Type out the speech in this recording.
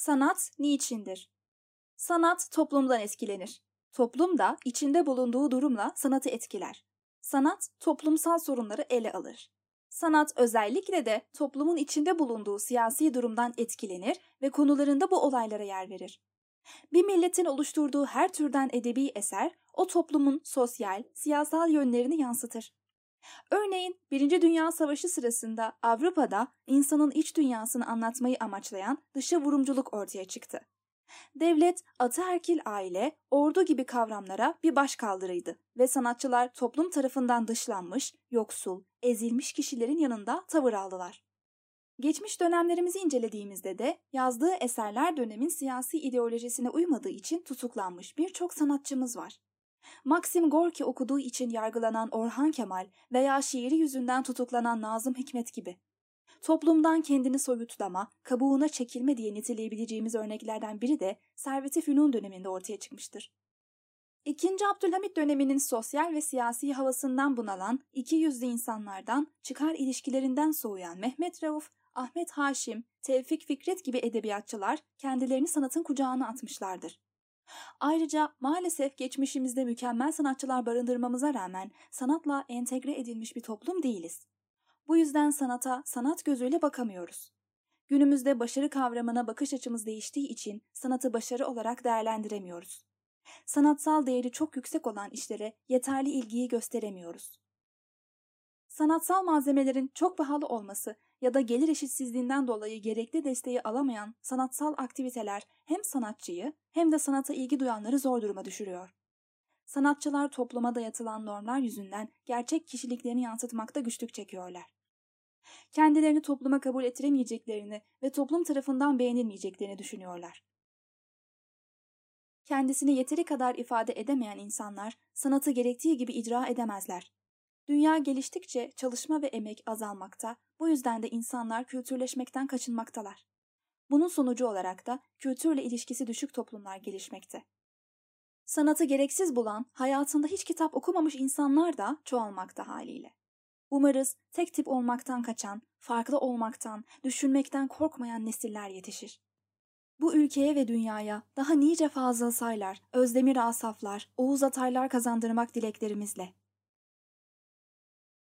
Sanat niçindir? Sanat toplumdan etkilenir. Toplum da içinde bulunduğu durumla sanatı etkiler. Sanat toplumsal sorunları ele alır. Sanat özellikle de toplumun içinde bulunduğu siyasi durumdan etkilenir ve konularında bu olaylara yer verir. Bir milletin oluşturduğu her türden edebi eser o toplumun sosyal, siyasal yönlerini yansıtır. Örneğin Birinci Dünya Savaşı sırasında Avrupa'da insanın iç dünyasını anlatmayı amaçlayan dışa vurumculuk ortaya çıktı. Devlet, ataerkil aile, ordu gibi kavramlara bir başkaldırıydı ve sanatçılar toplum tarafından dışlanmış, yoksul, ezilmiş kişilerin yanında tavır aldılar. Geçmiş dönemlerimizi incelediğimizde de yazdığı eserler dönemin siyasi ideolojisine uymadığı için tutuklanmış birçok sanatçımız var. Maxim Gorki okuduğu için yargılanan Orhan Kemal veya şiiri yüzünden tutuklanan Nazım Hikmet gibi. Toplumdan kendini soyutlama, kabuğuna çekilme diye niteleyebileceğimiz örneklerden biri de Servet-i Fünun döneminde ortaya çıkmıştır. İkinci Abdülhamit döneminin sosyal ve siyasi havasından bunalan iki yüzlü insanlardan, çıkar ilişkilerinden soğuyan Mehmet Rauf, Ahmet Haşim, Tevfik Fikret gibi edebiyatçılar kendilerini sanatın kucağına atmışlardır. Ayrıca maalesef geçmişimizde mükemmel sanatçılar barındırmamıza rağmen sanatla entegre edilmiş bir toplum değiliz. Bu yüzden sanata sanat gözüyle bakamıyoruz. Günümüzde başarı kavramına bakış açımız değiştiği için sanatı başarı olarak değerlendiremiyoruz. Sanatsal değeri çok yüksek olan işlere yeterli ilgiyi gösteremiyoruz. Sanatsal malzemelerin çok pahalı olması ya da gelir eşitsizliğinden dolayı gerekli desteği alamayan sanatsal aktiviteler hem sanatçıyı hem de sanata ilgi duyanları zor duruma düşürüyor. Sanatçılar topluma dayatılan normlar yüzünden gerçek kişiliklerini yansıtmakta güçlük çekiyorlar. Kendilerini topluma kabul ettiremeyeceklerini ve toplum tarafından beğenilmeyeceklerini düşünüyorlar. Kendisini yeteri kadar ifade edemeyen insanlar sanatı gerektiği gibi icra edemezler. Dünya geliştikçe çalışma ve emek azalmakta, bu yüzden de insanlar kültürleşmekten kaçınmaktalar. Bunun sonucu olarak da kültürle ilişkisi düşük toplumlar gelişmekte. Sanatı gereksiz bulan, hayatında hiç kitap okumamış insanlar da çoğalmakta haliyle. Umarız tek tip olmaktan kaçan, farklı olmaktan, düşünmekten korkmayan nesiller yetişir. Bu ülkeye ve dünyaya daha nice Fazıl Saylar, Özdemir Asaflar, Oğuz Ataylar kazandırmak dileklerimizle.